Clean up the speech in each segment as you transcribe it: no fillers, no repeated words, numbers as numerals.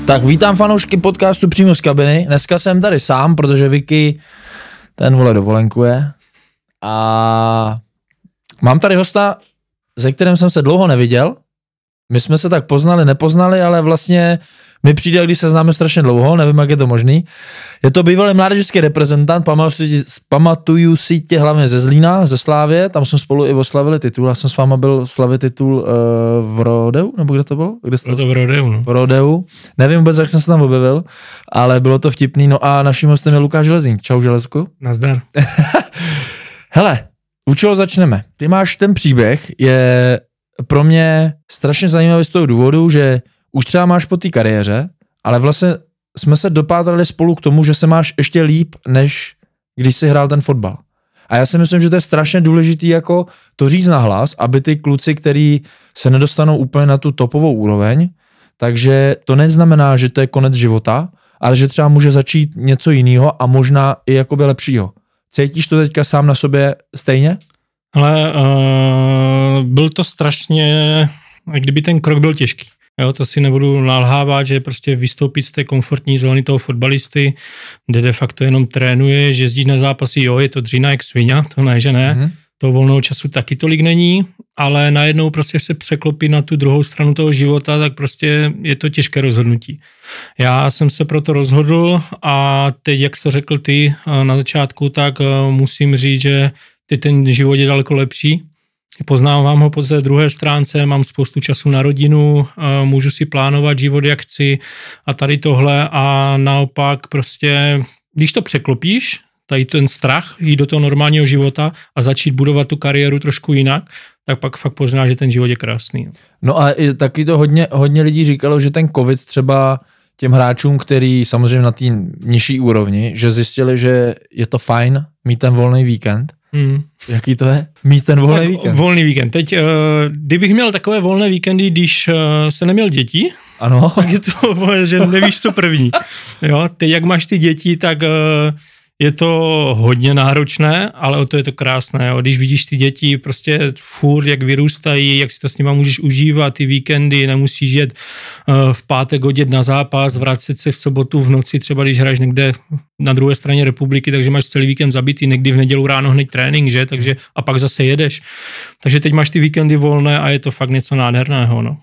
Tak vítám fanoušky podcastu přímo z kabiny. Dneska jsem tady sám, protože Vicky ten dovolenkuje. A mám tady hosta, se kterým jsem se dlouho neviděl. My jsme se tak poznali, nepoznali, ale vlastně mi přijde, když se známe strašně dlouho, nevím, jak je to možný. Je to bývalý mládežnický reprezentant, pamatuju si tě hlavně ze Zlína, ze Slávě, tam jsme spolu i oslavili titul, já jsem s váma byl slavit titul v Rodeu, nebo kde to bylo? Bylo to v Rodeu, no. V Rodeu, nevím vůbec, jak jsem se tam objevil, ale bylo to vtipný, no a naším hostem je Lukáš Železník. Čau Železku. Nazdar. Hele, u čeho začneme? Ty máš ten příběh, je pro mě strašně zajímavý z toho důvodu, že už třeba máš po té kariéře, ale vlastně jsme se dopátrali spolu k tomu, že se máš ještě líp, než když jsi hrál ten fotbal. A já si myslím, že to je strašně důležitý jako to říct nahlas, aby ty kluci, který se nedostanou úplně na tu topovou úroveň, takže to neznamená, že to je konec života, ale že třeba může začít něco jiného a možná i jakoby lepšího. Cítíš to teďka sám na sobě stejně? Ale byl to strašně, kdyby ten krok byl těžký. Jo, to si nebudu nalhávat, že prostě vystoupit z té komfortní zóny toho fotbalisty, kde de facto jenom trénuje, že jezdíš na zápasy, jo, je to dřína jak svině, to ne, že ne. Mm-hmm. Toho volného času taky tolik není, ale najednou prostě se překlopí na tu druhou stranu toho života, tak prostě je to těžké rozhodnutí. Já jsem se proto rozhodl a teď, jak jsi to řekl ty na začátku, tak musím říct, že teď ten život je daleko lepší. Poznávám ho po té druhé stránce, mám spoustu času na rodinu, můžu si plánovat život, jak chci a tady tohle a naopak prostě, když to překlopíš, tady ten strach, jít do toho normálního života a začít budovat tu kariéru trošku jinak, tak pak fakt poznáš, že ten život je krásný. No a taky to hodně lidí říkalo, že ten covid třeba těm hráčům, který samozřejmě na té nižší úrovni, že zjistili, že je to fajn mít ten volný víkend. Jaký to je? Mít ten volný víkend. Volný víkend. Teď, kdybych měl takové volné víkendy, když se neměl děti, ano. Tak je to, že nevíš, co první. Jo? Teď, jak máš ty děti, tak je to hodně náročné, ale o to je to krásné. Jo? Když vidíš ty děti prostě furt, jak vyrůstají, jak si to s nima můžeš užívat, ty víkendy, nemusíš jet v pátek odjet na zápas, vracet se v sobotu v noci, třeba když hraješ někde na druhé straně republiky, takže máš celý víkend zabitý, někdy v neděli ráno hned trénink, že? Takže, a pak zase jedeš. Takže teď máš ty víkendy volné a je to fakt něco nádherného. No.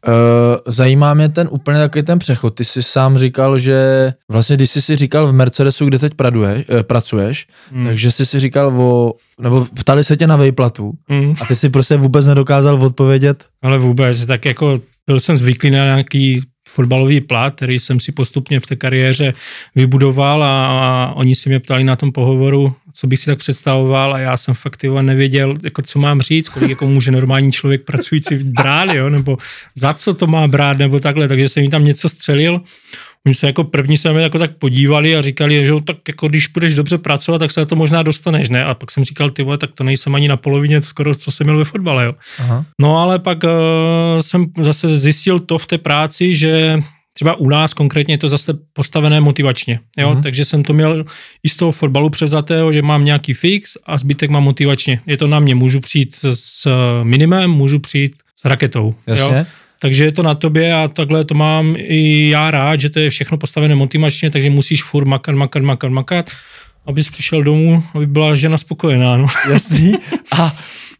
Zajímá mě ten úplně takový ten přechod. Ty jsi sám říkal, že vlastně když jsi si říkal v Mercedesu, kde teď pracuješ, takže jsi si říkal nebo ptali se tě na výplatu a ty si prostě vůbec nedokázal odpovědět? Ale vůbec, tak jako byl jsem zvyklý na nějaký fotbalový plat, který jsem si postupně v té kariéře vybudoval a oni si mě ptali na tom pohovoru, co bych si tak představoval a já jsem fakt nevěděl, jako co mám říct, kolik jako může normální člověk pracující brát, jo, nebo za co to má brát, nebo takhle, takže jsem jim tam něco střelil. Oni se jako první se mě jako tak podívali a říkali, že tak jako když budeš dobře pracovat, tak se na to možná dostaneš, ne? A pak jsem říkal, ty vole, tak to nejsem ani na polovině skoro, co jsem měl ve fotbale, jo. Aha. No ale pak jsem zase zjistil to v té práci, že třeba u nás konkrétně je to zase postavené motivačně, jo, takže jsem to měl i z toho fotbalu převzatého, že mám nějaký fix a zbytek mám motivačně. Je to na mě, můžu přijít s minimem, můžu přijít s raketou, jasně. Jo. Takže je to na tobě a takhle to mám i já rád, že to je všechno postavené motivačně, takže musíš furt makat, abys přišel domů, aby byla žena spokojená. No. Jasný. A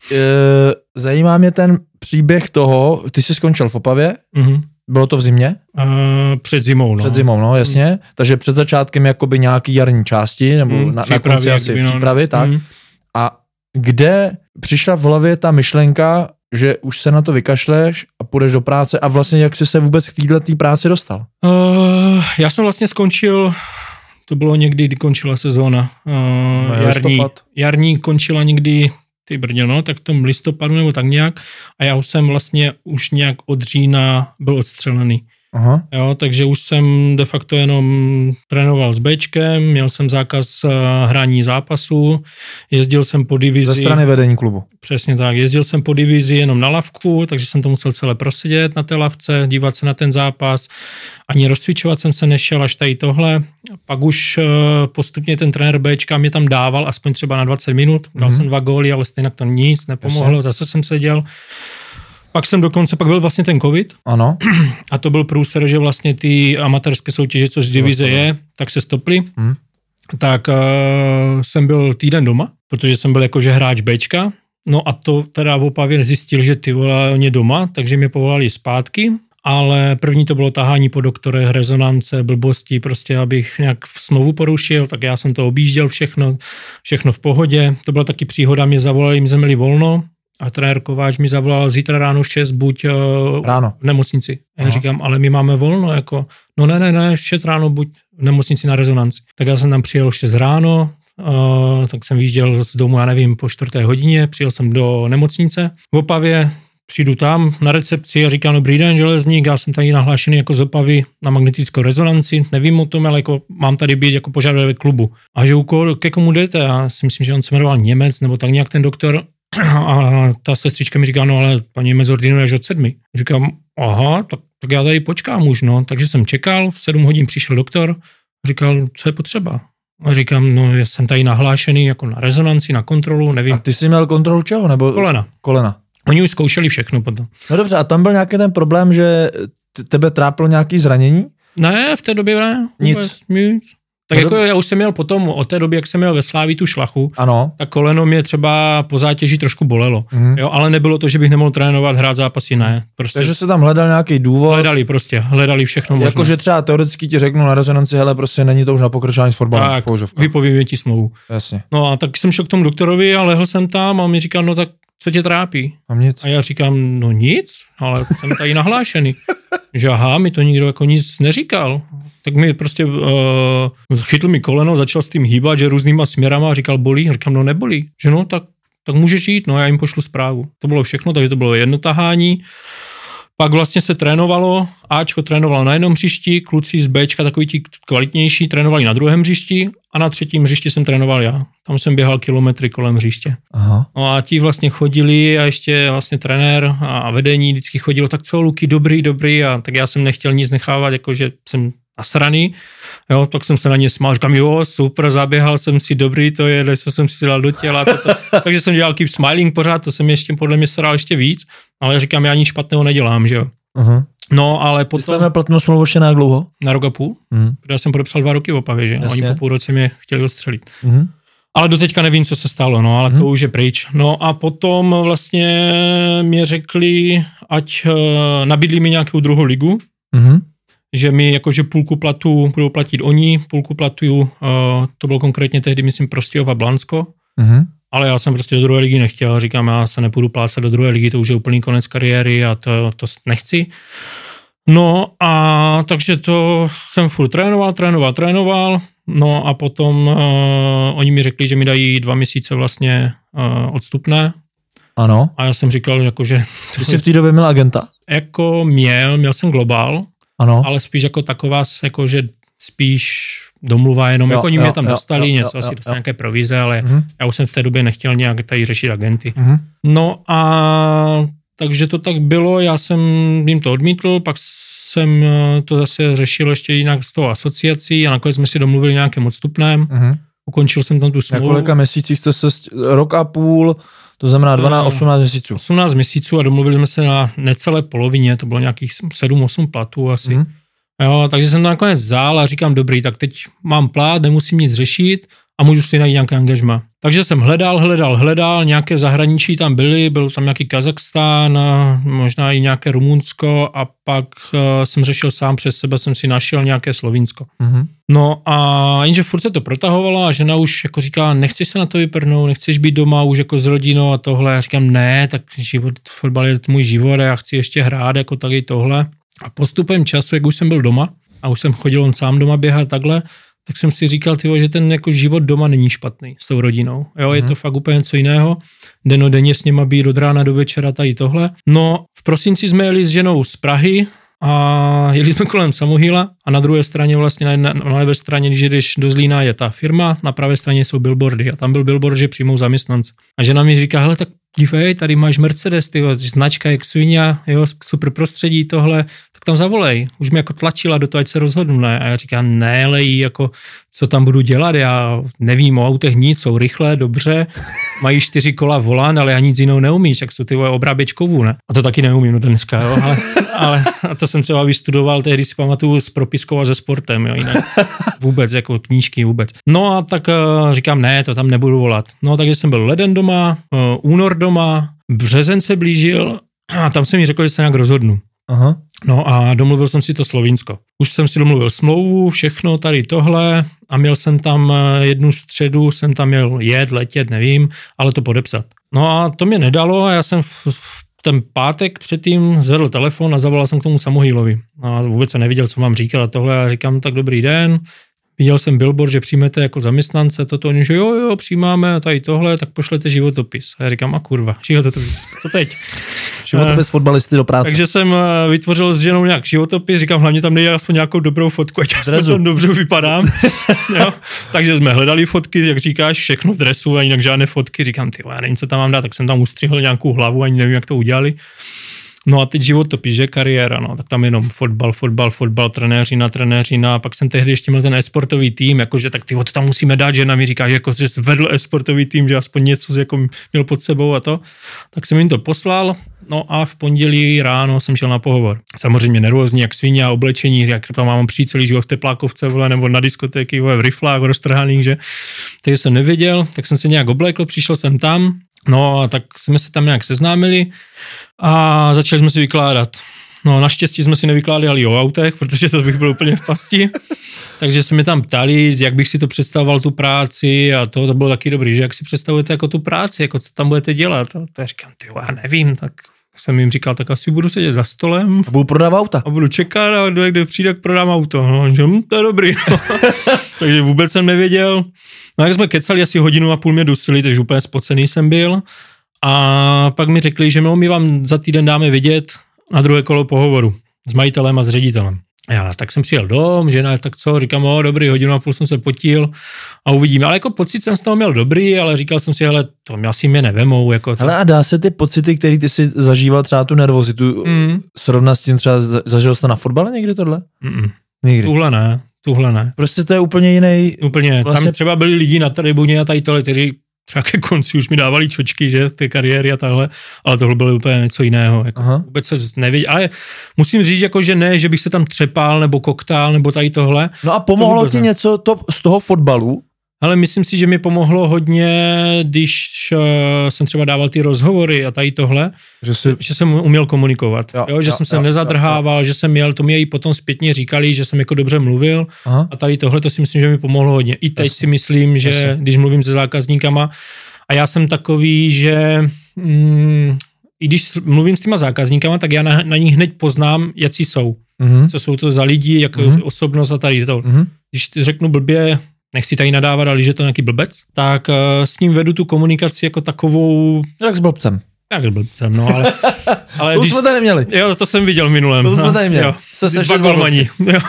zajímá mě ten příběh toho, ty jsi skončil v Opavě, bylo to v zimě? Před zimou, no. Před zimou, no, jasně. Takže před začátkem jakoby nějaký jarní části, nebo na konci asi přípravy, tak. A kde přišla v hlavě ta myšlenka, že už se na to vykašleš a půjdeš do práce a vlastně jak jsi se vůbec k této práci dostal? Já jsem vlastně skončil, to bylo někdy, kdy končila sezóna. Jarní končila někdy, ty brdě, no, tak v tom listopadu nebo tak nějak a já jsem vlastně už nějak od října byl odstřelený. Aha. Jo, takže už jsem de facto jenom trénoval s Bčkem, měl jsem zákaz hraní zápasů, jezdil jsem po divizi. Ze strany vedení klubu. Přesně tak, jezdil jsem po divizi jenom na lavku, takže jsem to musel celé prosedět na té lavce, dívat se na ten zápas, ani rozcvičovat jsem se nešel, až tady tohle. Pak už postupně ten trenér Bčka mě tam dával aspoň třeba na 20 minut, dal jsem 2 góly, ale stejně to nic nepomohlo, zase jsem seděl. Pak byl vlastně ten covid. Ano. A to byl průser, že vlastně ty amatérské soutěže, což divize je, tak se stoply. Tak jsem byl týden doma, protože jsem byl jakože hráč Bčka. No a to teda v Opavě zjistil, že ty vole oni doma, takže mě povolali zpátky. Ale první to bylo tahání po doktorech, rezonance, blbosti, prostě abych nějak smlouvu porušil, tak já jsem to objížděl všechno v pohodě. To byla taky příhoda, mě zavolali, my jsme měli volno a trenér Kováč mi zavolal zítra ráno 6, buď ráno v nemocnici. A já říkám, ale my máme volno, jako, no ne, 6 ráno buď v nemocnici na rezonanci. Tak já jsem tam přijel 6 ráno, tak jsem vyjížděl z domu, já nevím, po 4. hodině, přijel jsem do nemocnice v Opavě. Přijdu tam na recepci a říkám, dobrý den, Železník, já jsem tady nahlášený jako z Opavy na magnetickou rezonanci, nevím o tom, ale jako mám tady být jako požadavek klubu. A že ke komu jdete? Já si myslím, že on se jmenoval Němec, nebo tak nějak ten doktor. A ta sestřička mi říká, no ale paní Němec ordinuje až od 7. Říkám, aha, tak já tady počkám už, no. Takže jsem čekal, v 7 hodin přišel doktor, říkal, co je potřeba? A říkám, no já jsem tady nahlášený jako na rezonanci, na kontrolu, nevím. A ty jsi měl kontrolu čeho? Nebo kolena. Oni už zkoušeli všechno potom. No dobře, a tam byl nějaký ten problém, že tebe trápilo nějaký zranění? Ne, v té době ne. Nic. Tak no jako já už jsem měl potom, od té doby, jak jsem měl ve Slávii tu šlachu, ano. Tak koleno mě třeba po zátěži trošku bolelo. Jo, ale nebylo to, že bych nemohl trénovat, hrát zápasy, ne. Prostě takže se tam hledal nějaký důvod. Hledali všechno možné. Jakože třeba teoreticky ti řeknu na rezonanci, hele, prostě není to už na pokračování s fotbalem. Tak, vypovíme ti smlouvu. Jasně. No a tak jsem šel k tomu doktorovi a lehl jsem tam a mi říkal, no tak co tě trápí? Nic. A já říkám, no nic, ale jsem tady nahlášený. Že aha, mi to nikdo jako nic neříkal. Tak mi prostě chytl mi koleno, začal s tím hýbat, že různýma směrama a říkal, bolí? A říkám, no nebolí. Že no, tak můžeš jít, no já jim pošlu zprávu. To bylo všechno, takže to bylo jedno tahání. Pak vlastně se trénovalo, Ačko trénovalo na jednom hřišti, kluci z Bčka, takový ti kvalitnější, trénovali na druhém hřišti a na třetím hřišti jsem trénoval já. Tam jsem běhal kilometry kolem hřiště. Aha. No a ti vlastně chodili a ještě vlastně trenér a vedení vždycky chodilo, tak co Luky, dobrý a tak já jsem nechtěl nic nechávat, jakože jsem nasraný, jo, tak jsem se na ně smál, říkám, jo, super, zaběhal jsem si, dobrý to je, co jsem si dal do těla, takže jsem dělal keep smiling pořád, to jsem ještě podle mě sral ještě víc, ale říkám, já nic špatného nedělám, že jo. Uh-huh. No, ale potom... Ty jsi tam měl platnou smlouvu ještě na jak dlouho? Na rok a půl, protože jsem podepsal 2 roky v Opavě, že? Oni po půl roce mě chtěli odstřelit. Ale doteďka nevím, co se stalo, no, ale to už je pryč. No a potom vlastně mě řekli, ať nabídli mi nějakou druhou ligu, že mi jakože půlku platu budou platit oni, půlku platu, to bylo konkrétně tehdy, myslím, Prostějov a Blansko, ale já jsem prostě do druhé ligy nechtěl, říkám, já se nepůjdu plácat do druhé ligy, to už je úplný konec kariéry a to nechci. No a takže to jsem furt trénoval, no a potom oni mi řekli, že mi dají 2 měsíce vlastně odstupné. Ano. A já jsem říkal, jakože... Ty jsi v té době měl agenta? Jako měl jsem Global, ano. Ale spíš jako taková, jakože spíš domluva jenom, jako oni mě tam dostali, něco asi dostali nějaké provize, ale já už jsem v té době nechtěl nějak tady řešit agenty. No a takže to tak bylo, já jsem jim to odmítl, pak jsem to zase řešil ještě jinak s tou asociací a nakonec jsme si domluvili nějakém odstupném, ukončil jsem tam tu smlouvu. Na kolika měsících jste se, rok a půl, to znamená 18 měsíců. 18 měsíců a domluvili jsme se na necelé polovině, to bylo nějakých 7-8 platů asi. Jo, takže jsem to nakonec vzal a říkám, dobrý, tak teď mám plát, nemusím nic řešit a můžu si najít nějaké angažma. Takže jsem hledal, nějaké zahraničí tam byly, byl tam nějaký Kazachstán, možná i nějaké Rumunsko a pak jsem řešil sám přes sebe, jsem si našel nějaké Slovinsko. No a jenže furt se to protahovalo a žena už jako říká, nechceš se na to vyprnout, nechceš být doma už jako s rodinou a tohle. Já říkám, ne, tak fotbal je můj život a já chci ještě hrát jako taky tohle. A postupem času, jak už jsem byl doma a už jsem chodil on sám doma běhat takhle, tak jsem si říkal, že ten jako život doma není špatný s tou rodinou. Jo, je to fakt úplně něco jiného. Dennodenně s něma být od rána do večera tady tohle. No, v prosinci jsme jeli s ženou z Prahy a jeli jsme kolem Samohýla a na druhé straně vlastně na levé straně, když jdeš do Zlína, je ta firma, na pravé straně jsou billboardy a tam byl billboard, že přijmou zaměstnance. A žena mi říká, hele, tak dívej, tady máš Mercedes, tyjo, značka jak svině, jo, super prostředí tohle, tak tam zavolej. Už mi jako tlačila do toho, ať se rozhodnu, ne? A já říkám, ne, ale jako, co tam budu dělat, já nevím o autech nic, jsou rychlé, dobře, mají 4 kola volant, ale já nic jiného neumíš, jak jsou ty obráběčkovů, ne? A to taky neumím dneska, jo? Ale to jsem třeba vystudoval, tehdy si pamatuju s propiskou a se sportem, jo, jinak vůbec, jako knížky vůbec. No a tak říkám, ne, to tam nebudu volat. No takže jsem byl leden doma, únor doma, březen se blížil a tam jsem mi řekl, že se nějak rozhodnu. Aha. No a domluvil jsem si to Slovinsko. Už jsem si domluvil smlouvu, všechno tady tohle a měl jsem tam jednu středu, jsem tam měl letět, nevím, ale to podepsat. No a to mě nedalo a já jsem ten pátek předtím zvedl telefon a zavolal jsem k tomu Samohýlovi. A vůbec jsem neviděl, co mám říkat a tohle a říkám, tak dobrý den, viděl jsem billboard, že přijmete jako zaměstnance, toto, oni, že jo, přijímáme a tady tohle, tak pošlete životopis. A já říkám, a kurva, životopis, co teď? Životopis fotbalisty do práce. Takže jsem vytvořil s ženou nějak životopis, říkám, hlavně tam nejde aspoň nějakou dobrou fotku, ať tam dobře vypadám. Jo? Takže jsme hledali fotky, jak říkáš, všechno v dresu a jinak žádné fotky. Říkám, ty, já nevím, co tam mám dát, tak jsem tam ustřihl nějakou hlavu, ani nevím, jak to udělali. No a teď životopis, že kariéra, no, tak tam jenom fotbal, trenéřina, pak jsem tehdy ještě měl ten e-sportový tým, jakože tak ty to tam musíme dát, že mi říká, že jako že vedl e-sportový tým, že aspoň něco jako měl pod sebou a to, tak jsem jim to poslal, no a v pondělí ráno jsem šel na pohovor. Samozřejmě nervózní, jak svině a oblečení, jak tam mám přijít celý život v teplákovce, vole, nebo na diskotéky, vole, v riflách roztrhaných, že, takže jsem nevěděl, tak jsem se nějak oblékl, přišel jsem tam. No a tak jsme se tam nějak seznámili a začali jsme si vykládat. No naštěstí jsme si nevykládali o autech, protože to bych byl úplně v pasti. Takže se mi tam ptali, jak bych si to představoval tu práci a to bylo taky dobrý, že jak si představujete jako tu práci, jako co tam budete dělat. A já říkám, já nevím, tak jsem jim říkal, tak asi budu sedět za stolem. A budu prodávat auta. A budu čekat a kdo přijde, tak prodám auto. No, že to je dobrý. No. Takže vůbec jsem nevěděl. No jak jsme kecali, asi 1,5 hodiny mě dusili, takže úplně spocený jsem byl. A pak mi řekli, že my vám za týden dáme vidět na druhé kolo pohovoru s majitelem a s ředitelem. Já tak jsem přijel dom, žena, tak co, říkám, dobrý, 1,5 hodiny jsem se potil a uvidíme. Ale jako pocit jsem z toho měl dobrý, ale říkal jsem si, hele, to asi mě nevemou. Jako hele, a dá se ty pocity, které ty si zažíval, třeba tu nervozitu, srovnat s tím třeba, zažil jsi to na fotbale někdy tohle? Nikdy. Tuhle ne. Prostě to je úplně jiný. Úplně, vlastně... tam třeba byli lidi na tribuně a tady tohle, kteří třeba ke konci už mi dávali čočky, že, té kariéry a takhle, ale tohle bylo úplně něco jiného. Jako, vůbec se nevěděl, ale musím říct, jako, že ne, že bych se tam třepal nebo koktál nebo tady tohle. No a pomohlo ti něco z toho fotbalu? Ale myslím si, že mi pomohlo hodně, když jsem třeba dával ty rozhovory a tady tohle, že jsem uměl komunikovat. Že jsem se nezadrhával, že jsem měl, to mi i potom zpětně říkali, že jsem jako dobře mluvil. Aha. A tady tohle to si myslím, že mi pomohlo hodně. I teď si myslím, že když mluvím se zákazníkama, a já jsem takový, že i když mluvím s těma zákazníkama, tak já na nich hned poznám, jaký jsou. Co jsou to za lidi, jak osobnost a tady to. Když řeknu blbě, nechci tady nadávat, ale že to nějaký blbec, tak s ním vedu tu komunikaci jako takovou... Jak s blbcem. Jak s blbcem, no, ale to jsme tady neměli. Jo, to jsem viděl v minulém. To jsme tady měli. Jo, dva golmani.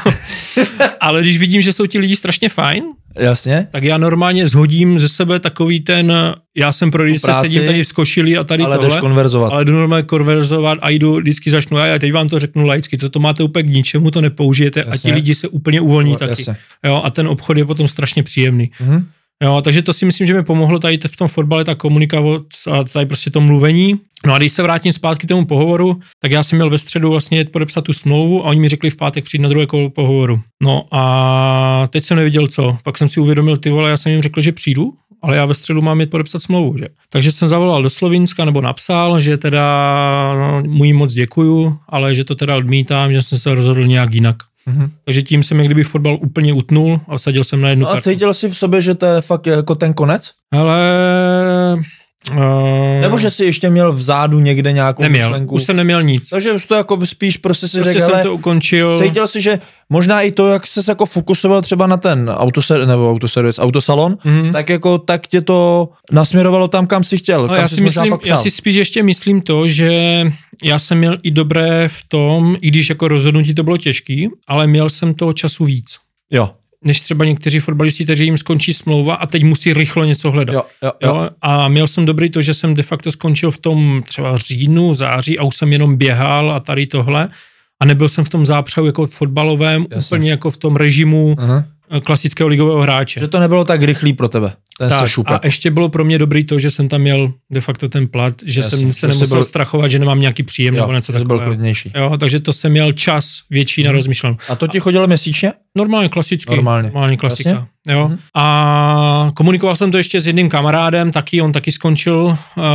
Ale když vidím, že jsou ti lidi strašně fajn, jasně, tak já normálně zhodím ze sebe takový ten, já jsem pro se sedím tady v košili a tady ale tohle. Ale jdeš konverzovat. Ale jdu normálně konverzovat a jdu, vždycky začnu, já teď vám to řeknu laicky, to máte úplně k ničemu, to nepoužijete, jasně. A ti lidi se úplně uvolní taky. Jo, a ten obchod je potom strašně příjemný. Jo, takže to si myslím, že mi pomohlo tady v tom fotbale ta komunikace a tady prostě to mluvení. No a když se vrátím zpátky k tomu pohovoru, tak já jsem měl ve středu vlastně jet podepsat tu smlouvu a oni mi řekli v pátek přijít na druhé kolo pohovoru. No a teď jsem nevěděl co. Pak jsem si uvědomil, ty vole, já jsem jim řekl, že přijdu, ale já ve středu mám jet podepsat smlouvu, že? Takže jsem zavolal do Slovinska nebo napsal, že teda mu jim moc děkuju, ale že to teda odmítám, že jsem se rozhodl nějak jinak. Takže tím jsem jak kdyby fotbal úplně utnul a vsadil jsem na jednu kartu. A cítil jsi v sobě, že to je fakt jako ten konec? Ale... Nebo že jsi ještě měl vzadu někde nějakou myšlenku? Už jsem neměl nic. Takže už to jako spíš prostě si řekl, jsem to ukončil. Cítil jsi, že možná i to, jak jsi se jako fokusoval třeba na ten autosalon, tak tě to nasměrovalo tam, kam jsi chtěl. No, já si spíš ještě myslím to, že já jsem měl i dobré v tom, i když jako rozhodnutí to bylo těžký, ale měl jsem toho času víc. Jo. Než třeba někteří fotbalisti, kteří jim skončí smlouva a teď musí rychle něco hledat. Jo? A měl jsem dobrý to, že jsem de facto skončil v tom třeba říjnu, září a už jsem jenom běhal a tady tohle a nebyl jsem v tom zápřehu jako fotbalovém, úplně jako v tom režimu klasického ligového hráče. Že to nebylo tak rychlý pro tebe, ten sešupek. A ještě bylo pro mě dobrý to, že jsem tam měl de facto ten plat, že jsem se nemusel strachovat, že nemám nějaký příjem nebo něco takového. Byl klidnější. Jo, takže to jsem měl čas větší na rozmýšlení. A to ti chodilo měsíčně? Normálně klasicky. Normálně klasika. Jasně? Jo. A komunikoval jsem to ještě s jedním kamarádem, on taky skončil,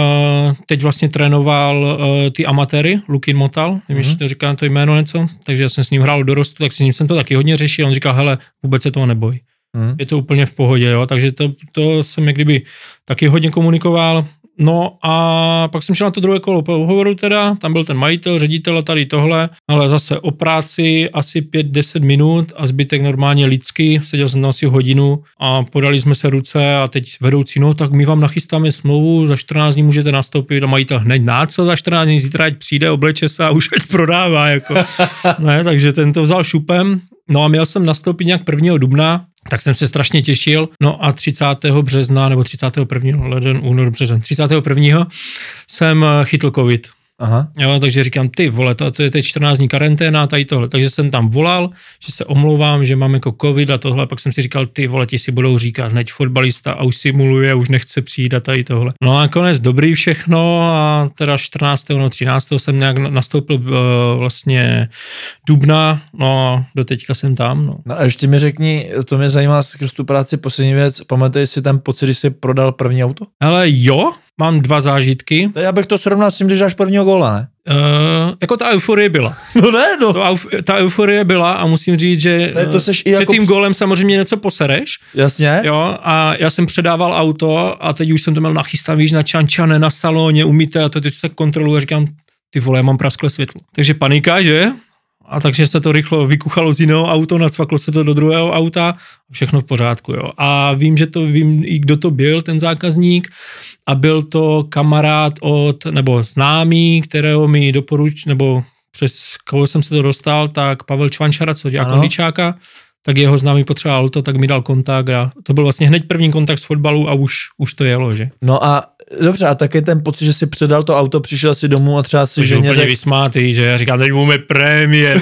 teď vlastně trénoval ty amatéry, Lukin Motal, nevím, jestli to říká na to jméno něco, takže já jsem s ním hrál dorostu, tak s ním jsem to taky hodně řešil, on říkal, hele, vůbec se toho neboj. Je to úplně v pohodě, jo, takže to jsem jak kdyby taky hodně komunikoval. No a pak jsem šel na to druhé kolo pohovoru teda, tam byl ten majitel, ředitel a tady tohle, ale zase o práci asi 5-10 minut a zbytek normálně lidsky, seděl jsem tam asi hodinu a podali jsme se ruce a teď vedoucí, no tak my vám nachystáme smlouvu, za 14 dní můžete nastoupit a majitel hned na co za 14 dní, zítra ať přijde, obleče se a už ať prodává, jako. Ne, takže ten to vzal šupem, no a měl jsem nastoupit nějak 1. dubna, tak jsem se strašně těšil, no a 30. března, nebo 31. leden, únor, březen, 31. jsem chytl covid. Aha. Jo, takže říkám, ty vole, to je teď 14 dní karanténa, tady tohle. Takže jsem tam volal, že se omlouvám, že mám jako covid a tohle, pak jsem si říkal, ty vole, ti si budou říkat, hned fotbalista a už simuluje, už nechce přijít a tady tohle. No a nakonec dobrý všechno a teda 14. nebo 13. jsem nějak nastoupil vlastně dubna, no do teďka jsem tam. No a ještě mi řekni, to mě zajímá skrz tu práci, poslední věc, pamatuješ si ten pocit, když jsi prodal první auto? Ale jo, mám 2 zážitky. Já bych to srovnal s tím, když dáš prvního góla, ne? Jako ta euforie byla. No ne, no. Ta euforie byla a musím říct, že před tím gólem samozřejmě něco posereš. Jasně. Jo, a já jsem předával auto a teď už jsem to měl nachystat, víš, na čančane, na salóně, umyté a to teď tak kontroluji a říkám, ty vole, já mám prasklé světlo. Takže panika, že? A takže se to rychlo vykuchalo z jiného auta, nacvaklo se to do druhého auta, všechno v pořádku, jo. A vím i kdo to byl, ten zákazník, a byl to kamarád nebo známý, kterého mi nebo přes koho jsem se to dostal, tak Pavel Čvančara, co dělá kondičáka, tak jeho známý potřeboval auto, tak mi dal kontakt a to byl vlastně hned první kontakt s fotbalu a už to jelo, že? No a dobře, a taky ten pocit, že si předal to auto, přišel si domů a třeba si ženě řekl... vysmátý, že já říkám, teď máme prémie.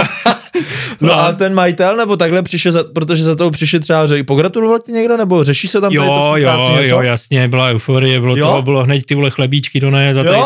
No a ten majitel, nebo takhle přišel, protože za toho přišel třeba, pogratuloval ti někdo, nebo řeší se tam tady to Jo, jasně, byla euforie, bylo hned ty vole chlebíčky donést a tady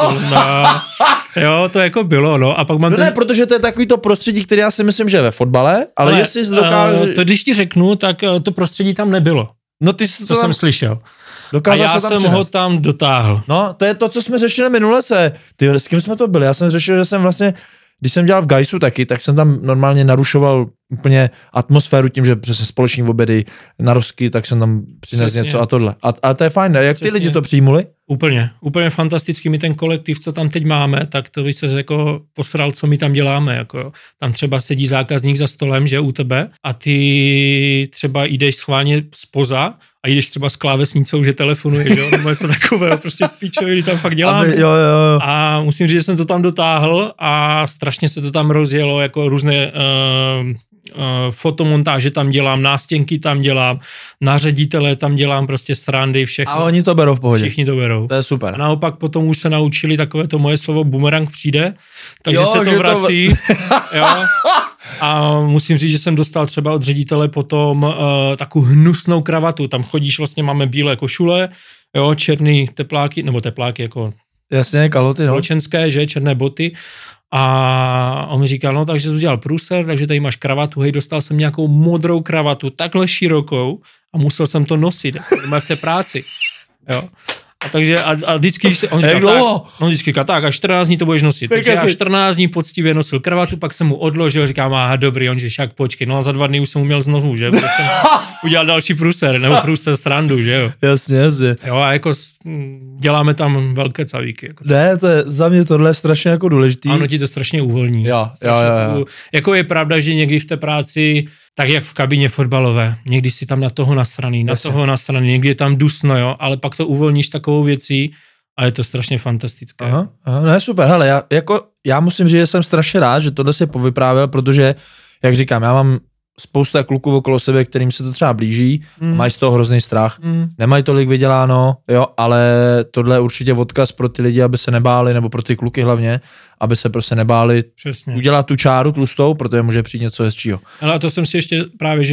jo, to jako bylo, no. A pak mám ne, protože to je takový to prostředí, který já si myslím, že je ve fotbale, ale jestli jsi dokáže... To když ti řeknu, tak to prostředí tam nebylo. No ty to jsem slyšel. A já jsem ho tam dotáhl. No, to je to, co jsme řešili minule. S kým jsme to byli? Já jsem řešil, že jsem vlastně, když jsem dělal v Gajsu taky, tak jsem tam normálně narušoval úplně atmosféru tím, že přes společní obědy na rozky, tak jsem tam přinesl něco a tohle. A to je fajn, jak ty lidi to přijmuli? Úplně fantastický. My ten kolektiv, co tam teď máme, tak to by se jako posral, co my tam děláme. Jako. Tam třeba sedí zákazník za stolem, že u tebe a ty třeba jdeš schválně spoza a jdeš třeba s klávesnicou, že telefonuješ, jo, nebo něco takového, prostě píčovi, tam fakt děláme. Jo. A musím říct, že jsem to tam dotáhl a strašně se to tam rozjelo, jako různé fotomontáže tam dělám, nástěnky tam dělám, na ředitele tam dělám prostě srandy, všechno. A oni to berou v pohodě. Všichni to berou. To je super. A naopak potom už se naučili takové to moje slovo bumerang přijde, takže se to vrací. Jo. A musím říct, že jsem dostal třeba od ředitele potom takovou hnusnou kravatu. Tam chodíš, vlastně máme bílé košule, jo, černý tepláky, nebo tepláky jako jasně, kaloty, společenské, že, černé boty. A on mi říkal, no takže jsi udělal průser, takže tady máš kravatu, hej, dostal jsem nějakou modrou kravatu, takhle širokou a musel jsem to nosit, jako v té práci, jo. A takže a vždycky, když se, on říkal, tak a 14 dní to budeš nosit. Takže já 14 dní poctivě nosil kravatu, pak jsem mu odložil, říkám, aha, dobrý, on že však počkej, no a za 2 dny už jsem uměl znovu, že, protože jsem udělal další průser, nebo průser srandu, že jo. Jasně. Jo, a jako děláme tam velké cavíky. Jako. Ne, to je, za mě tohle je strašně jako důležitý. Ano, ti to strašně uvolní. Jo. Jako je pravda, že někdy v té práci, tak jak v kabině fotbalové, někdy si tam na toho nasraný, někdy je tam dusno, jo, ale pak to uvolníš takovou věcí a je to strašně fantastické. Aha, ne, super, hele, já musím říct, že jsem strašně rád, že tohle si povyprávěl, protože, jak říkám, já mám spousta kluků okolo sebe, kterým se to třeba blíží, mají z toho hrozný strach, nemají tolik vyděláno, jo, ale tohle je určitě odkaz pro ty lidi, aby se nebáli, nebo pro ty kluky hlavně, aby se prostě nebáli udělat tu čáru tlustou, protože může přijít něco hezčího. Ale to jsem si ještě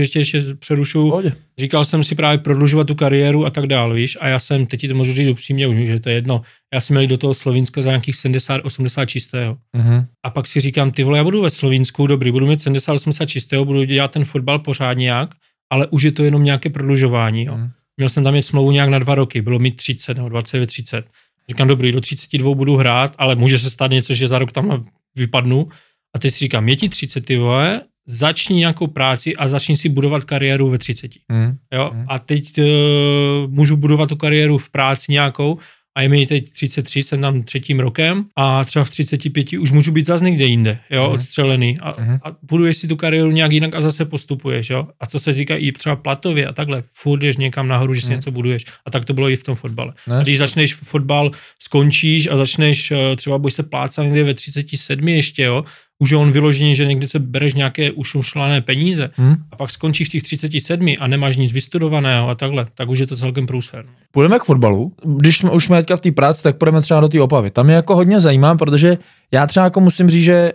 přerušu. Říkal jsem si právě prodlužovat tu kariéru a tak dál, víš, a já jsem, teď ti to můžu říct upřímně, už že to je jedno, já jsem měl do toho Slovinska za nějakých 70-80 čistého. A pak si říkám, ty vole, já budu ve Slovinsku, dobrý, budu mít 70-80 čistého, budu dělat ten fotbal pořádně jak, ale už je to jenom nějaké prodlužování, jo. Měl jsem tam mít smlouvu nějak na 2 roky, bylo mi 30 nebo 29-30. Říkám, dobrý, do 32 budu hrát, ale může se stát něco, že za rok tam vypadnu. A teď si říkám, je ti 30, ty vole, začni nějakou práci a začni si budovat kariéru ve 30. Jo? A teď můžu budovat tu kariéru v práci nějakou a je mi teď 33, jsem tam 3. rokem a třeba v 35 už můžu být zase někde jinde, jo, odstřelený a buduješ si tu kariéru nějak jinak a zase postupuješ, jo. A co se týká i třeba platově a takhle, furt jdeš někam nahoru, že si něco buduješ. A tak to bylo i v tom fotbale. A když začneš fotbal, skončíš a začneš, třeba budeš se plácat někde ve 37 ještě, jo, už je on vyložený, že někde se bereš nějaké ušumšlané peníze a pak skončíš v těch 37 a nemáš nic vystudovaného a takhle, tak už je to celkem průser. Půjdeme k fotbalu. Když už jsme teďka v té práci, tak půjdeme třeba do té Opavy. Tam je jako hodně zajímá, protože já třeba jako musím říct, že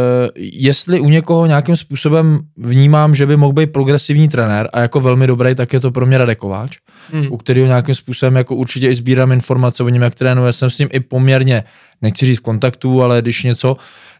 jestli u někoho nějakým způsobem vnímám, že by mohl být progresivní trenér a jako velmi dobrý, tak je to pro mě Radek Kováč, u kterého nějakým způsobem jako určitě i sbírám informace o něm, jak trénuje. Jsem s ním i poměrně, nechci říct v kontaktu, ale když něco.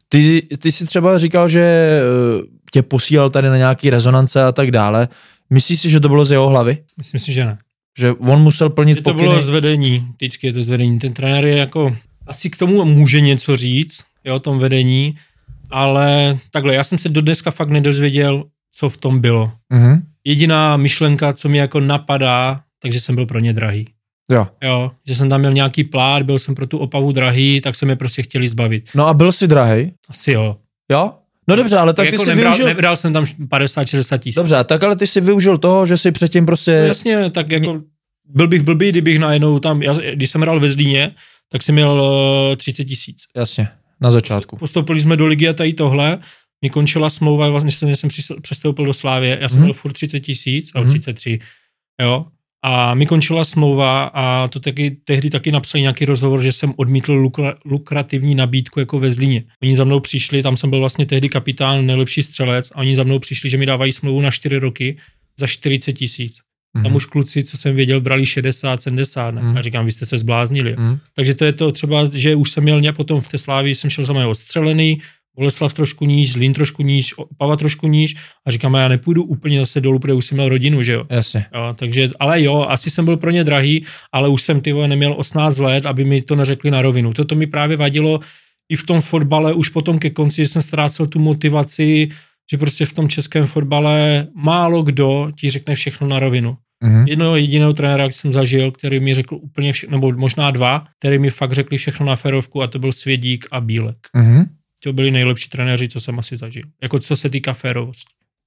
Ty si třeba říkal, že tě posílal tady na nějaký rezonance a tak dále. Myslíš si, že to bylo z jeho hlavy? Myslím si, že ne. Že on musel plnit pokyny? To bylo zvedení, vždycky je to zvedení. Ten trenér je jako, asi k tomu může něco říct, jo, o tom vedení, ale takhle, já jsem se do dneska fakt nedozvěděl, co v tom bylo. Jediná myšlenka, co mi jako napadá, takže jsem byl pro ně drahý. Jo, že jsem tam měl nějaký plát, byl jsem pro tu Opavu drahý, tak jsem je prostě chtěli zbavit. No a byl jsi drahý? Asi jo. Jo? No dobře, ale tak ty jako si využil... Nebral jsem tam 50-60 tisíc. Dobře, tak ale ty si využil toho, že si předtím prostě... No jasně, tak jako byl bych blbý, kdybych najednou tam, když jsem hrál ve Zlíně, tak jsem měl 30 tisíc. Jasně, na začátku. Postoupili jsme do ligy a tady tohle, mě končila smlouva, vlastně jsem přestoupil do Slávie, já jsem měl furt 30 tisíc, ale 33, jo. A mi končila smlouva a to tehdy taky napsali nějaký rozhovor, že jsem odmítl lukrativní nabídku jako ve Zlíně. Oni za mnou přišli, tam jsem byl vlastně tehdy kapitán, nejlepší střelec a oni za mnou přišli, že mi dávají smlouvu na 4 roky za 40 tisíc. Tam už kluci, co jsem věděl, brali 60, 70. A říkám, vy jste se zbláznili. Takže to je to třeba, že už jsem měl potom v té Slávii, jsem šel za odstřelený, Boleslav trošku níž, Zlín trošku níž, Opava trošku níž a říkám, já nepůjdu úplně zase dolů, protože už jsem měl rodinu, že jo. Jasně. Jo, takže, ale jo, asi jsem byl pro ně drahý, ale už jsem neměl 18 let, aby mi to neřekli na rovinu. Toto mi právě vadilo i v tom fotbale, už potom ke konci, že jsem ztrácel tu motivaci, že prostě v tom českém fotbale málo kdo ti řekne všechno na rovinu. Jednoho jediného trenéra, který jsem zažil, který mi řekl úplně nebo možná 2, který mi fakt řekli všechno na férovku a to byl Svědík a Bílek. To byli nejlepší trenéři, co jsem asi zažil. Jako co se týká férovosti.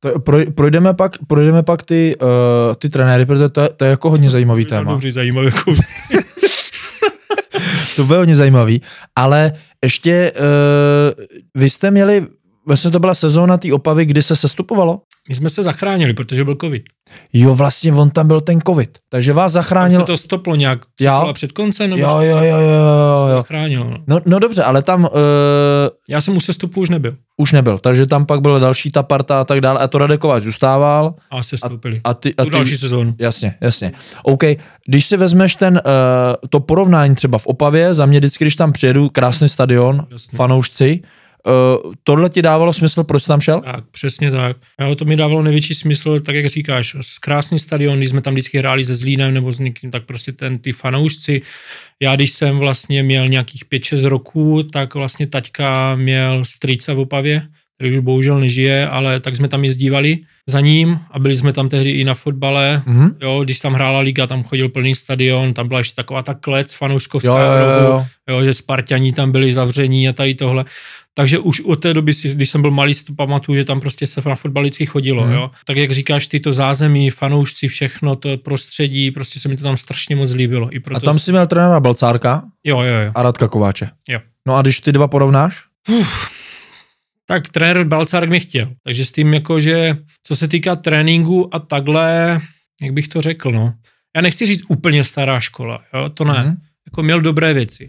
Projdeme pak ty trenéry, protože to je jako hodně zajímavý téma. Dobře zajímavý. To bylo hodně zajímavý, ale ještě vy jste měli, vlastně to byla sezóna té Opavy, kdy se sestupovalo? My jsme se zachránili, protože byl covid. Jo, vlastně on tam byl ten covid, takže vás zachránil. Tam se to stoplo nějak před koncem, nebo jo. Zachránilo. No dobře, ale tam... Já jsem u sestupu už nebyl. Už nebyl, takže tam pak byla další ta parta a tak dále a to Radek Kováč zůstával. A sestoupili. A ty další sezónu. Jasně. OK, když si vezmeš to porovnání třeba v Opavě, za mě vždycky, když tam přijedu, krásný stadion, fanoušci, tohle ti dávalo smysl, proč jsi tam šel? Tak, přesně tak. Jo, to mi dávalo největší smysl, tak jak říkáš, krásný stadion, když jsme tam vždycky hráli se Zlínem nebo s někým, tak prostě ty fanoušci. Já když jsem vlastně měl nějakých 5-6 roků, tak vlastně taťka měl strýce v Opavě, který už bohužel nežije, ale tak jsme tam jezdívali za ním a byli jsme tam tehdy i na fotbale. Jo, když tam hrála liga, tam chodil plný stadion, tam byla ještě taková ta klec fanouškovská, jo, že Sparťani tam byli zavření a tady tohle. Takže už od té doby, když jsem byl malý, si to pamatuju, že tam prostě se na fotbal vždycky chodilo. Jo. Tak jak říkáš, ty to zázemí, fanoušci, všechno, to prostředí, prostě se mi to tam strašně moc líbilo. I proto... A tam jsi měl trenéra Balcárka? Jo. A Radka Kováče? Jo. No a když ty dva porovnáš? Tak trenér Balcárek mě chtěl. Takže s tím jako, že co se týká tréninku a takhle, jak bych to řekl, no. Já nechci říct úplně stará škola, jo, to ne. Jako měl dobré věci.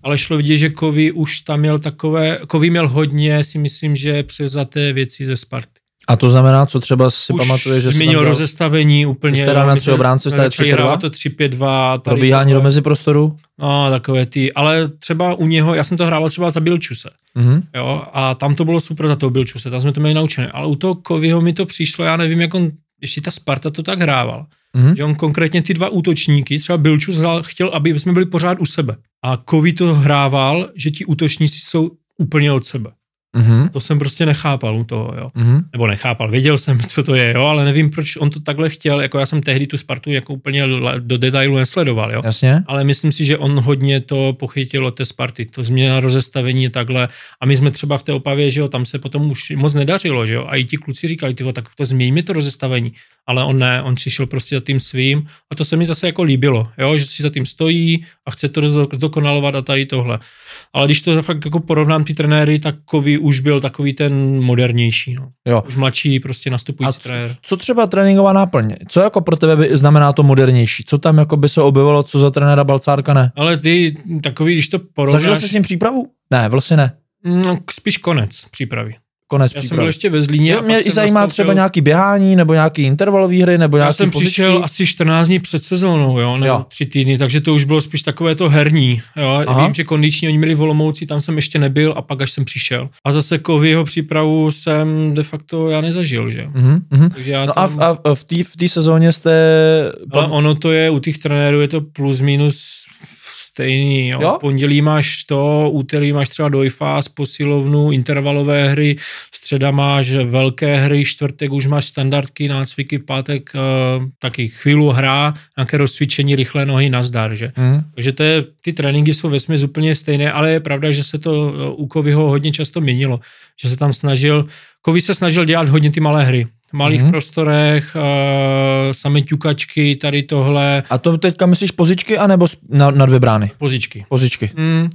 ale šlo vidět, že Kovy už tam měl Kovy měl hodně, si myslím, že převzaté věci ze Sparty. A to znamená, co třeba si pamatuje, že změnil rozestavení úplně. Jste na 3 obránce, jste 3-2? To 3-5-2. Probíhání do meziprostoru? No, takové ty, ale třeba u něho, já jsem to hrával třeba za Bilčuse, jo, a tam to bylo super za toho Bilčuse, tam jsme to měli naučené, ale u toho Kovyho mi to přišlo, já nevím, jak on, ještě ta Sparta to tak hrával, že on konkrétně ty dva útočníky, třeba Bilčus chtěl, aby jsme byli pořád u sebe, a Kovy to hrával, že ti útočníci jsou úplně od sebe. To jsem prostě nechápal u toho, jo. Nebo nechápal, věděl jsem, co to je, jo, ale nevím, proč on to takhle chtěl, jako já jsem tehdy tu Spartu jako úplně do detailu nesledoval, jo. Jasně. Ale myslím si, že on hodně to pochytil od té Sparty, to změna rozestavení takhle, a my jsme třeba v té Opavě, že jo, tam se potom už moc nedařilo, že jo, a i ti kluci říkali, tyho, tak to změňme to rozestavení, ale on ne, on přišel prostě za tím svým, a to se mi zase jako líbilo, jo, že si za tím stojí a chce to zdokonalovat a tady tohle. Ale když to fakt jako porovnám ty trenéry, tak Kovy už byl takový ten modernější, no. Jo. Už mladší prostě nastupující trenér. Co třeba tréninková náplň? Co jako pro tebe by znamená to modernější? Co tam jako by se objevilo, co za trenéra Balcárka ne? Ale ty takový, když to porovnáš... Zažil jsi s ním přípravu? Ne, vlastně ne. No, spíš konec přípravy. Já jsem byl ještě ve Zlíně. Mě i zajímá třeba nějaký běhání, nebo nějaký intervalový hry, nebo nějaký Já jsem pozičky. přišel asi 14 dní před sezónou, jo, nebo 3 týdny, takže to už bylo spíš takové to herní, jo. Vím, že kondiční oni měli v Olomouci, tam jsem ještě nebyl a pak až jsem přišel. A zase Kovyho přípravu jsem de facto já nezažil, že? Takže já tam... a v té sezóně jste... Ale ono to je, u těch trenérů je to plus minus stejný, jo? Pondělí máš to, úterý máš třeba dojfáz, posilovnu, intervalové hry, středa máš velké hry, čtvrtek už máš standardky, nácviky, pátek taky chvíli hra, nějaké rozcvičení, rychlé nohy, nazdar, že? Takže ty tréninky jsou vesměs úplně stejné, ale je pravda, že se to u Kovyho hodně často měnilo, že se tam Kovy se snažil dělat hodně ty malé hry. V malých prostorech, samé ťukačky, tady tohle. A to teďka myslíš pozičky, anebo na 2 brány? Pozičky.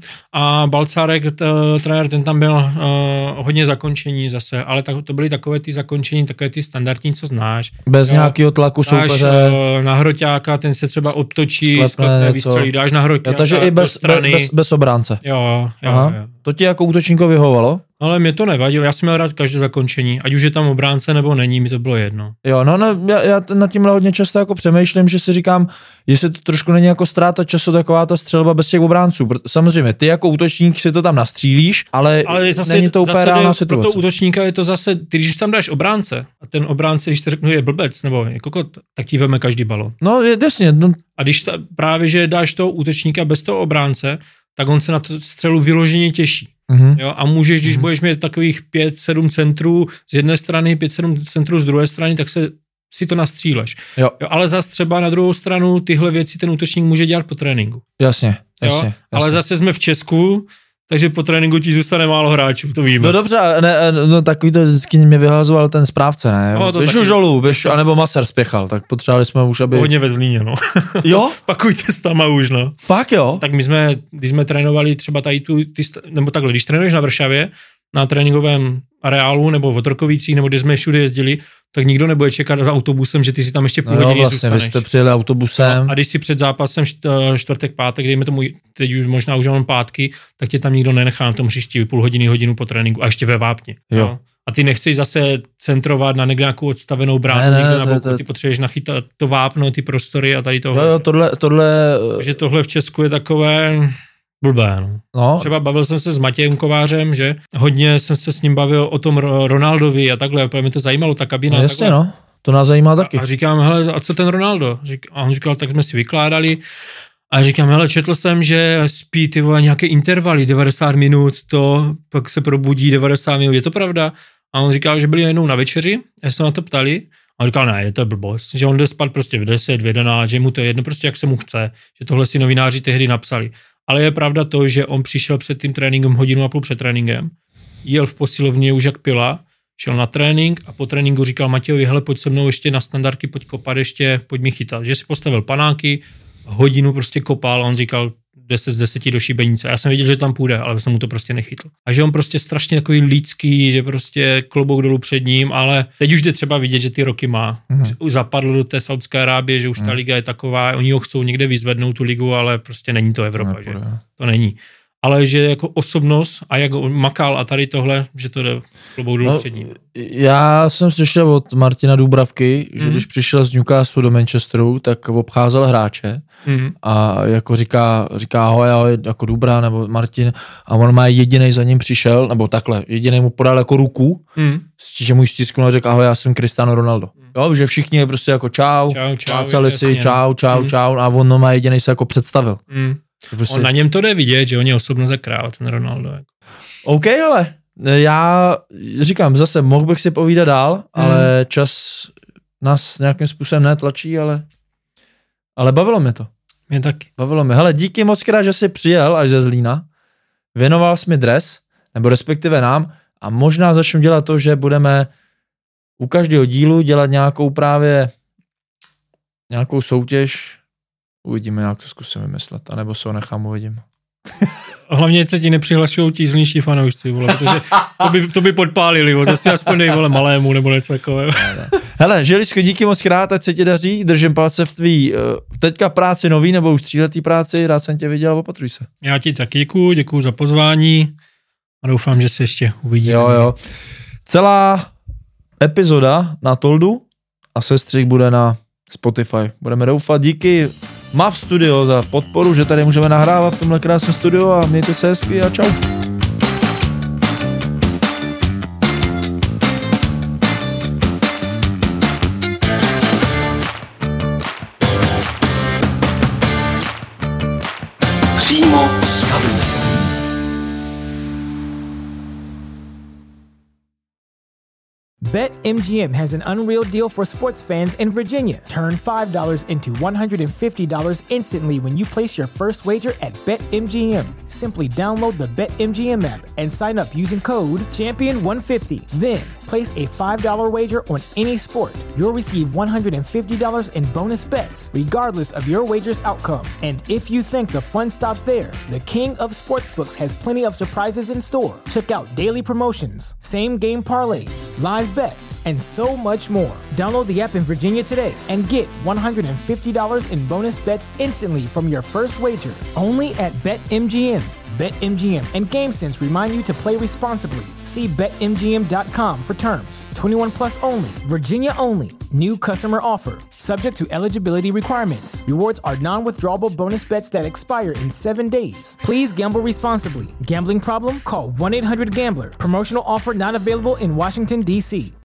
A Balcárek, trenér, ten tam byl hodně zakončení zase, ale to byly takové ty zakončení, takové ty standardní, co znáš. Bez nějakého tlaku soupeře. Na hroťáka, ten se třeba obtočí, sklepne, vystřelí, dáš na hroťáka. Takže i bez obránce. Jo. To ti jako útočníkovi vyhovovalo? Ale mě to nevadilo, já jsem měl rád každé zakončení, ať už je tam obránce nebo není, mi to bylo jedno. Jo, já nad tímhle hodně často jako přemýšlím, že si říkám, jestli to trošku není jako ztráta času taková ta střelba bez těch obránců. Samozřejmě, ty jako útočník si to tam nastřílíš, ale zase, není to úplně reálná situace. Pro toho útočníka je to zase, ty když tam dáš obránce a ten obránce, když te řeknu, je blbec nebo je kokot, tak ti veme každý balon. No jasně. A když právě, že dáš toho útočníka bez toho obránce, tak on se na tu střelu vyloženě těší. Jo, a můžeš, když budeš mít takových 5-7 centrů z jedné strany, 5-7 centrů z druhé strany, tak si to nastříleš. Jo, ale zase třeba na druhou stranu tyhle věci ten útočník může dělat po tréninku. Jasně. Ale zase jsme v Česku, takže po tréninku ti zůstane málo hráčů, to víme. No dobře, takový to vždycky mě vyhazoval ten správce, ne? Běž už dolů, anebo Maser spěchal, tak potřebovali jsme už, aby... Hodně ve Zlíně, no. Jo? Pakujte s tam už, no. Fakt jo? Tak když jsme trénovali třeba tady nebo takhle, když trénuješ na Vršavě, na tréninkovém areálu, nebo v Otrokovicích, nebo kde jsme všude jezdili, tak nikdo nebude čekat za autobusem, že ty si tam ještě půl hodiny zůstaneš. Vy jste přijeli autobusem. No, a když si před zápasem čtvrtek, pátek, dejme tomu, teď už možná už mám pátky, tak tě tam nikdo nenechá na tom hřišti půl hodiny, hodinu po tréninku a ještě ve vápni. Jo. A ty nechceš zase centrovat na nějakou odstavenou bránu, někdo na boku, ty potřebuješ nachytat to vápno, ty prostory a tady tohle. Jo, tohle... Takže tohle v Česku je takové... blbé, no. Třeba bavil jsem se s Matějem Kovářem, že hodně jsem se s ním bavil o tom Ronaldovi a takhle, protože mě to zajímalo, ta kabina. No jasně, to nás zajímá taky. A říkám, hele, a co ten Ronaldo? A on říkal, tak jsme si vykládali a říkám, hele, četl jsem, že spí ty vole nějaké intervaly, 90 minut, pak se probudí 90 minut, je to pravda? A on říkal, že byli jednou na večeři, já jsem na to ptali, a on říkal, ne, to je blbost, že on jde spát prostě v 10, v 11, že mu to je jedno, prostě jak se mu chce, že tohle si novináři tehdy napsali. Ale je pravda to, že on přišel před tím tréninkem 1,5 hodiny před tréninkem, jel v posilovně už jak pila, šel na trénink a po tréninku říkal Matějovi, hele, pojď se mnou ještě na standardky, pojď kopat ještě, pojď mi chytat. Že si postavil panáky, hodinu prostě kopal a on říkal 10 z 10 do šibenice. Já jsem věděl, že tam půjde, ale jsem mu to prostě nechytl. A že on prostě strašně takový lidský, že prostě klobouk dolů před ním, ale teď už jde třeba vidět, že ty roky má. Už zapadl do té Saudské Arábie, že už ta liga je taková, oni ho chcou někde vyzvednout tu ligu, ale prostě není to Evropa, že? To není. ale že jako osobnost a jak makal a tady tohle, že to jde klobouk dolů před ním. Já jsem slyšel od Martina Dúbravky, že když přišel z Newcastlu do Manchesteru, tak obcházel hráče a jako říká ahoj, jako Dúbra nebo Martin a on má jedinej za ním přišel, nebo takhle, jedinej mu podal jako ruku, že mu stisknul a řekl ahoj, já jsem Cristiano Ronaldo. Jo, že všichni je prostě jako čau, si, čau a on má jedinej se jako představil. Prostě... On na něm to jde vidět, že on je osobnost za král, ten Ronaldo. Jako. OK, ale já říkám, zase mohl bych si povídat dál, ale čas nás nějakým způsobem netlačí, ale bavilo mě to. Mě taky. Bavilo mě. Hele, díky moc krát, že jsi přijel až ze Zlína, věnoval jsi mi dres, nebo respektive nám, a možná začnu dělat to, že budeme u každého dílu dělat nějakou soutěž. Uvidíme, jak to zkusím vymyslet, anebo se ho nechám, uvidím. Hlavně se ti nepřihlašují ti zlínští fanoušci, protože to by podpálili, to si aspoň dej, vole, malému, nebo něco takového. Hele, Želičko, díky moc krát, ať se ti daří, držím palce v tvý teďka práci nový, nebo už 3letý práci, rád jsem tě viděl, opatruj se. Já ti taky děkuju za pozvání a doufám, že se ještě uvidíme. Jo. Celá epizoda na Toldu a sestřih bude na Spotify. Budeme doufat, díky MAV Studio za podporu, že tady můžeme nahrávat v tomhle krásném studiu a mějte se hezky a čau. Přímo z kabiny. BetMGM has an unreal deal for sports fans in Virginia. Turn $5 into $150 instantly when you place your first wager at BetMGM. Simply download the BetMGM app and sign up using code Champion150. Then, place a $5 wager on any sport. You'll receive $150 in bonus bets, regardless of your wager's outcome. And if you think the fun stops there, the king of sportsbooks has plenty of surprises in store. Check out daily promotions, same game parlays, live bets, and so much more. Download the app in Virginia today and get $150 in bonus bets instantly from your first wager. Only at BetMGM. BetMGM and GameSense remind you to play responsibly. See BetMGM.com for terms. 21 plus only. Virginia only. New customer offer. Subject to eligibility requirements. Rewards are non-withdrawable bonus bets that expire in 7 days. Please gamble responsibly. Gambling problem? Call 1-800-GAMBLER. Promotional offer not available in Washington, D.C.